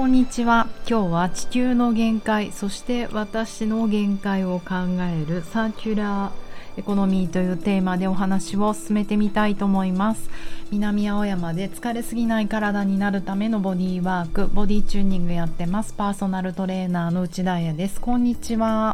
んにちは。今日は地球の限界、そして私の限界を考えるサーキュラーエコノミーというテーマでお話を進めてみたいと思います。南青山で疲れすぎない体になるためのボディワーク、ボディチューニングやってます。パーソナルトレーナーの内田彩です。こんにちは。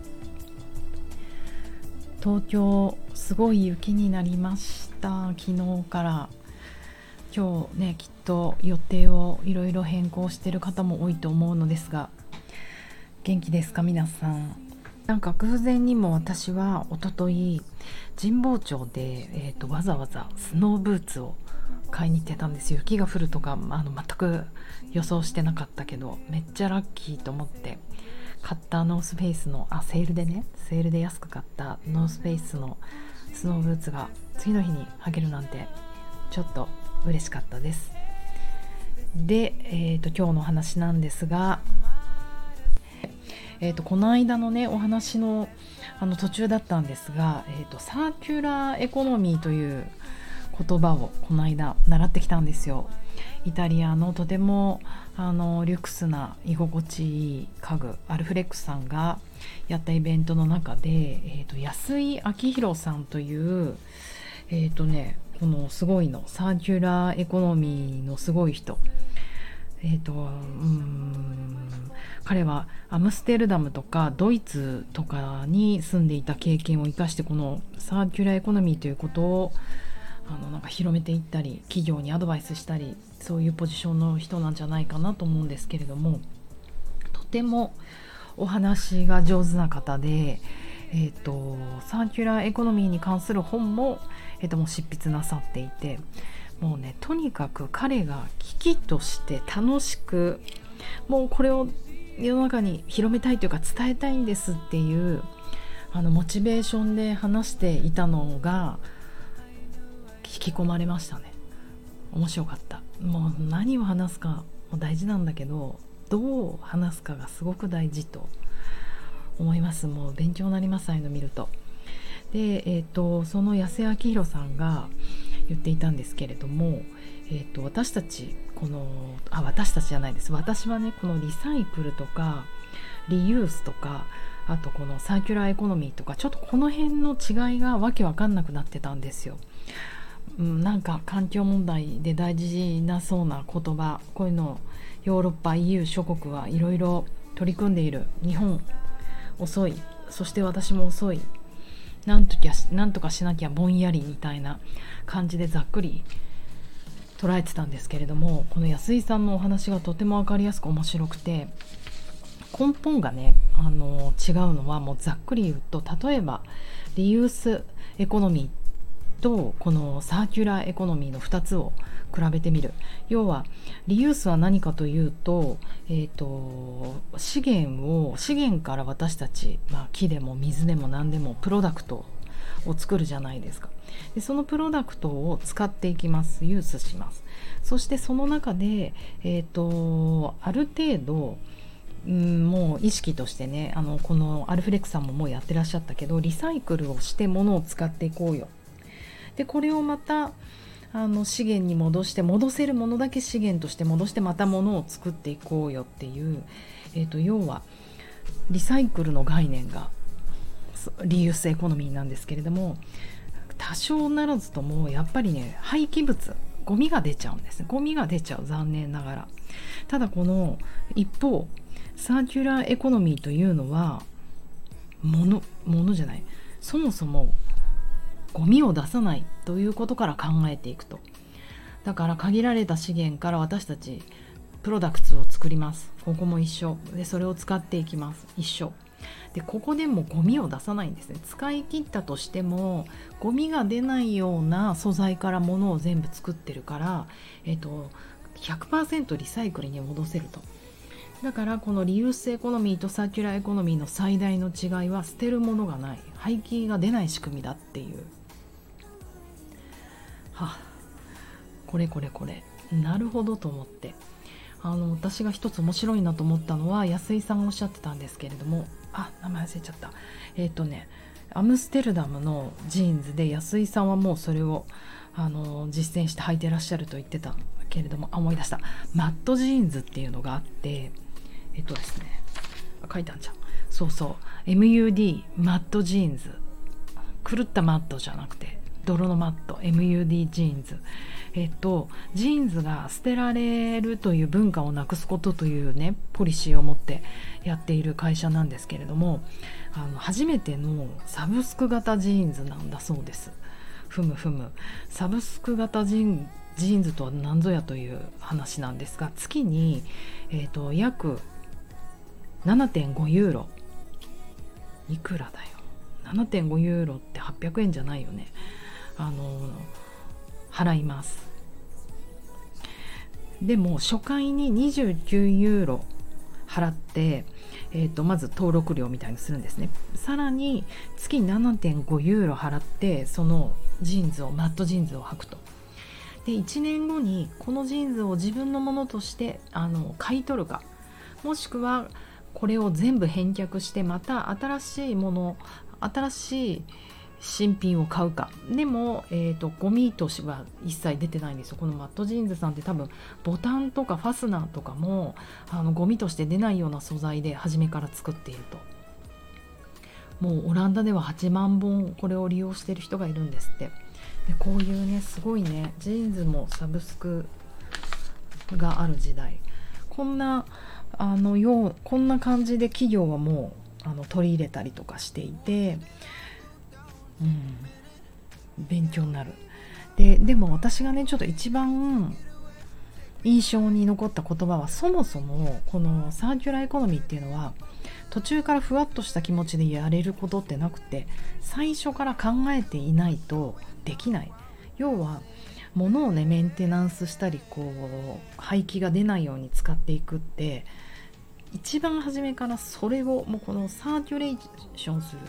東京すごい雪になりました。昨日から今日ね、きっと予定をいろいろ変更している方も多いと思うのですが、元気ですか皆さん。なんか偶然にも私は一昨日神保町で、わざわざスノーブーツを買いに行ってたんですよ。雪が降るとか全く予想してなかったけど、めっちゃラッキーと思って買ったノースフェイスのセールで安く買ったノースフェイスのスノーブーツが次の日に履けるなんてちょっと嬉しかったです。で、今日の話なんですが、この間のねお話の途中だったんですが、サーキュラーエコノミーという言葉をこの間習ってきたんですよ。イタリアのとてもリュクスな居心地いい家具アルフレックスさんがやったイベントの中で、安井明弘さんというこのすごいのサーキュラーエコノミーのすごい人、彼はアムステルダムとかドイツとかに住んでいた経験を生かして、このサーキュラーエコノミーということをなんか広めていったり、企業にアドバイスしたり、そういうポジションの人なんじゃないかなと思うんですけれども、とてもお話が上手な方で、サーキュラーエコノミーに関する本も、もう執筆なさっていて、もうねとにかく彼が危機として楽しく、もうこれを世の中に広めたいというか伝えたいんですっていうモチベーションで話していたのが引き込まれましたね。面白かった。もう何を話すかも大事なんだけど、どう話すかがすごく大事と思います。もう勉強になります、ああいうの見ると。で、その安井明弘さんが言っていたんですけれども、私たちじゃないです。私はね、このリサイクルとかリユースとか、あとこのサーキュラーエコノミーとか、ちょっとこの辺の違いがわけわかんなくなってたんですよ。なんか環境問題で大事なそうな言葉、こういうのをヨーロッパ EU 諸国はいろいろ取り組んでいる。日本遅い、そして私も遅い、なんとかしなきゃぼんやりみたいな感じでざっくり捉えてたんですけれども、この安井さんのお話がとても分かりやすく面白くて、根本がね違うのは、もうざっくり言うと、例えばリユースエコノミーとこのサーキュラーエコノミーの2つを比べてみる。要はリユースは何かというと、資源から私たち、木でも水でも何でもプロダクトを作るじゃないですか。でそのプロダクトを使っていきます。ユースします。そしてその中で、ある程度もう意識としてね、このアルフレックさんももうやってらっしゃったけど、リサイクルをして物を使っていこうよ。でこれをまた資源に戻せるものだけ資源として戻して、また物を作っていこうよっていう、要はリサイクルの概念がリユースエコノミーなんですけれども、多少ならずともやっぱりね、廃棄物、ゴミが出ちゃうんです。ゴミが出ちゃう、残念ながら。ただこの一方サーキュラーエコノミーというのは物じゃない、そもそもゴミを出さないということから考えていくと。だから限られた資源から私たちプロダクツを作ります。ここも一緒で、それを使っていきます。一緒で、ここでもゴミを出さないんですね。使い切ったとしてもゴミが出ないような素材から物を全部作ってるから、100% リサイクルに戻せると。だからこのリユースエコノミーとサーキュラーエコノミーの最大の違いは、捨てるものがない、廃棄が出ない仕組みだっていう。これなるほどと思って、私が一つ面白いなと思ったのは、安井さんがおっしゃってたんですけれども、名前忘れちゃった。 アムステルダムのジーンズで安井さんはもうそれを実践して履いてらっしゃると言ってたけれども、思い出した。マットジーンズっていうのがあって、ですね、書いたんじゃん。そうそう、 MUD マットジーンズ、狂ったマットじゃなくて泥のマット、 MUD ジーンズ。ジーンズが捨てられるという文化をなくすことというねポリシーを持ってやっている会社なんですけれども、初めてのサブスク型ジーンズなんだそうです。ふむふむ。サブスク型ジーンズとは何ぞやという話なんですが、月に、約 7.5 ユーロ、いくらだよ、7.5 ユーロって800円じゃないよね。払います。でも初回に29ユーロ払って、まず登録料みたいにするんですね。さらに月 7.5 ユーロ払ってそのジーンズを、マットジーンズを履くと。で1年後にこのジーンズを自分のものとして買い取るか、もしくはこれを全部返却してまた新しいもの、新しい新品を買うか。でも、ゴミとしては一切出てないんですよ。このマットジーンズさんって多分ボタンとかファスナーとかもゴミとして出ないような素材で初めから作っていると。もうオランダでは8万本これを利用している人がいるんですって。でこういうねすごいね、ジーンズもサブスクがある時代、こんなこんな感じで企業はもう取り入れたりとかしていて、勉強になる。でも私がねちょっと一番印象に残った言葉は、そもそもこのサーキュラーエコノミーっていうのは途中からふわっとした気持ちでやれることってなくて、最初から考えていないとできない。要は物をねメンテナンスしたり廃棄が出ないように使っていくって、一番初めからそれをもうこのサーキュレーションする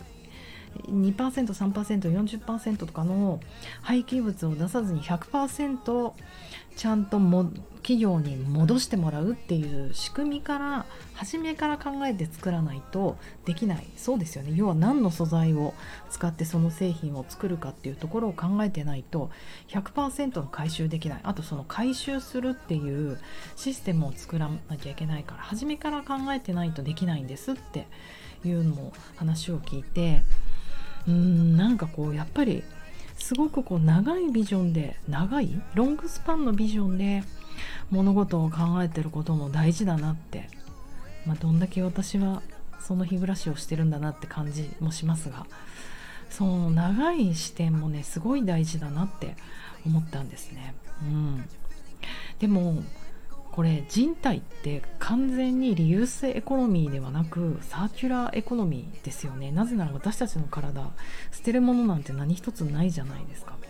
2%、3%、40% とかの廃棄物を出さずに 100% ちゃんと企業に戻してもらうっていう仕組みから初めから考えて作らないとできない。そうですよね。要は何の素材を使ってその製品を作るかっていうところを考えてないと 100% の回収できない。あとその回収するっていうシステムを作らなきゃいけないから、初めから考えてないとできないんですっていうのを話を聞いて、なんかやっぱりすごく長いビジョンで、ロングスパンのビジョンで物事を考えてることも大事だなって、どんだけ私はその日暮らしをしてるんだなって感じもしますが、その長い視点もねすごい大事だなって思ったんですね。でもこれ人体って完全にリユースエコノミーではなくサーキュラーエコノミーですよね。なぜなら私たちの体捨てるものなんて何一つないじゃないですか。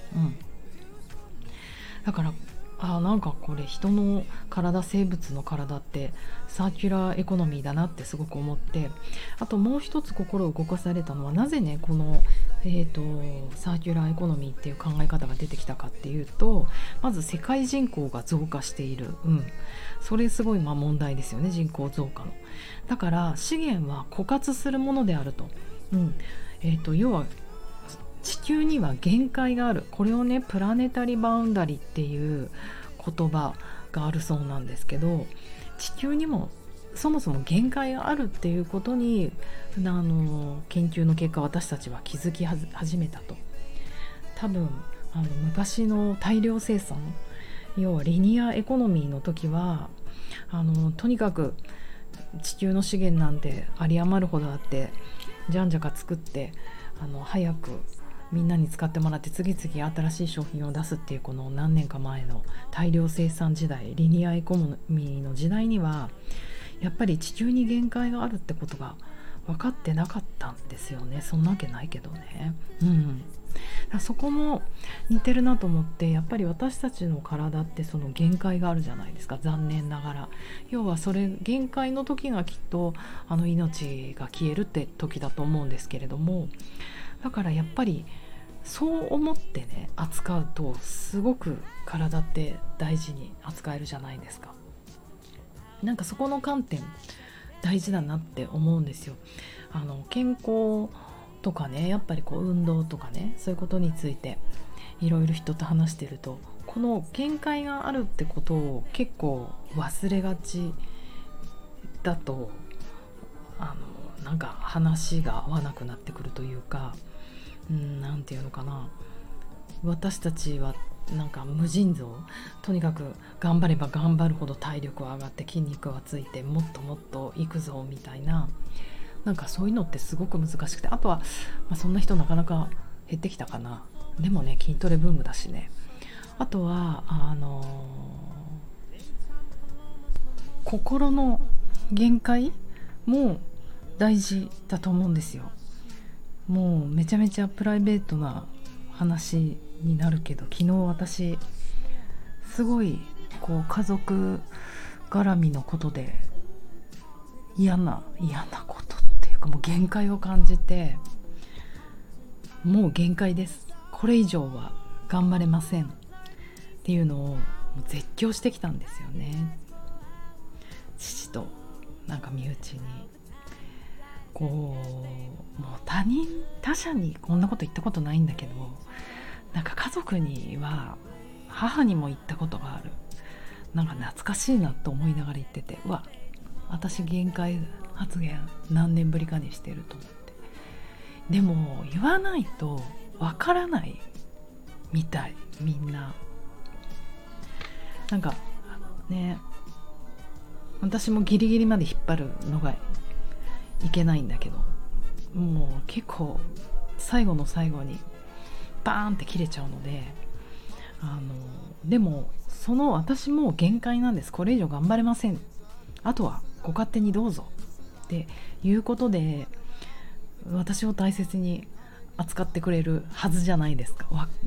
だからなんかこれ人の体、生物の体ってサーキュラーエコノミーだなってすごく思って、あともう一つ心を動かされたのは、なぜねこの、サーキュラーエコノミーっていう考え方が出てきたかっていうと、まず世界人口が増加している、それすごい問題ですよね、人口増加の。だから資源は枯渇するものであると、要は地球には限界がある。これをねプラネタリバウンダリっていう言葉があるそうなんですけど、地球にもそもそも限界があるっていうことに研究の結果私たちは気づき始めたと。多分昔の大量生産、要はリニアエコノミーの時はとにかく地球の資源なんて有り余るほどあって、じゃんじゃか作って早くみんなに使ってもらって次々新しい商品を出すっていう、この何年か前の大量生産時代、リニアエコノミーの時代にはやっぱり地球に限界があるってことが分かってなかったんですよね。そんなわけないけどね。そこも似てるなと思って、やっぱり私たちの体ってその限界があるじゃないですか、残念ながら。要はそれ限界の時がきっと命が消えるって時だと思うんですけれども、だからやっぱりそう思ってね扱うとすごく体って大事に扱えるじゃないですか。なんかそこの観点大事だなって思うんですよ。健康とかね、やっぱりこう運動とかね、そういうことについていろいろ人と話してると、この限界があるってことを結構忘れがちだと、なんか話が合わなくなってくるというか、なんていうのかな、私たちはなんか無尽蔵、とにかく頑張れば頑張るほど体力は上がって筋肉はついて、もっともっといくぞみたいな、なんかそういうのってすごく難しくて、あとは、そんな人なかなか減ってきたかな。でもね、筋トレブームだしね。あとは心の限界も大事だと思うんですよ。もうめちゃめちゃプライベートな話になるけど、昨日私すごいこう家族絡みのことで嫌なことっていうか、もう限界を感じて、もう限界です、これ以上は頑張れませんっていうのをもう絶叫してきたんですよね。父となんか身内にこう、もう他者にこんなこと言ったことないんだけど、なんか家族には、母にも言ったことがある。なんか懐かしいなと思いながら言ってて、私限界発言何年ぶりかにしてると思って。でも言わないとわからないみたい、みんな。なんかね、私もギリギリまで引っ張るのがいけないんだけど、もう結構最後の最後にバーンって切れちゃうので、でもその私も限界なんです、これ以上頑張れません、あとはご勝手にどうぞっていうことで、私を大切に扱ってくれるはずじゃないですか。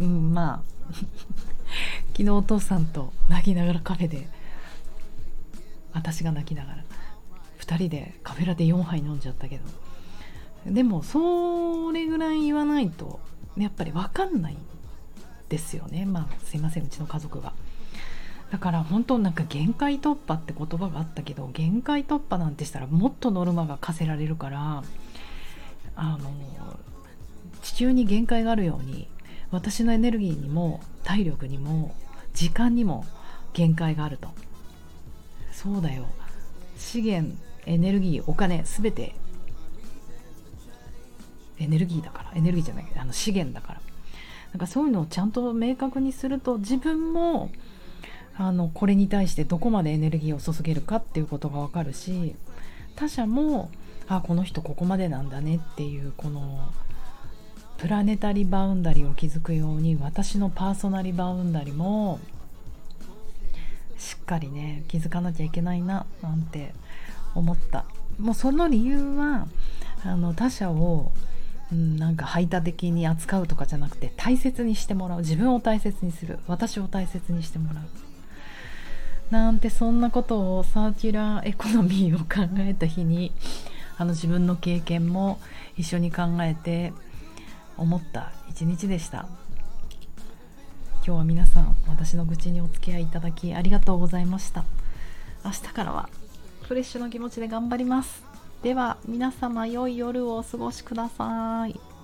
昨日お父さんと泣きながらカフェで、私が泣きながら2人でカフェラテ4杯飲んじゃったけど、でもそれぐらい言わないとやっぱり分かんないですよね。すいません、うちの家族が。だから本当なんか限界突破って言葉があったけど、限界突破なんてしたらもっとノルマが課せられるから、地球に限界があるように、私のエネルギーにも体力にも時間にも限界があると。そうだよ、資源、エネルギー、お金、すべてエネルギーだから、エネルギーじゃない、資源だから。なんかそういうのをちゃんと明確にすると、自分もこれに対してどこまでエネルギーを注げるかっていうことが分かるし、他者もこの人ここまでなんだねっていう、このプラネタリバウンダリを築くように、私のパーソナリバウンダリもしっかりね築かなきゃいけないななんて思った。もうその理由は他者をなんか排他的に扱うとかじゃなくて、大切にしてもらう、自分を大切にする、私を大切にしてもらうなんて、そんなことをサーキュラーエコノミーを考えた日に、自分の経験も一緒に考えて思った一日でした。今日は皆さん、私の愚痴にお付き合いいただきありがとうございました。明日からはフレッシュな気持ちで頑張ります。では皆様、良い夜をお過ごしください。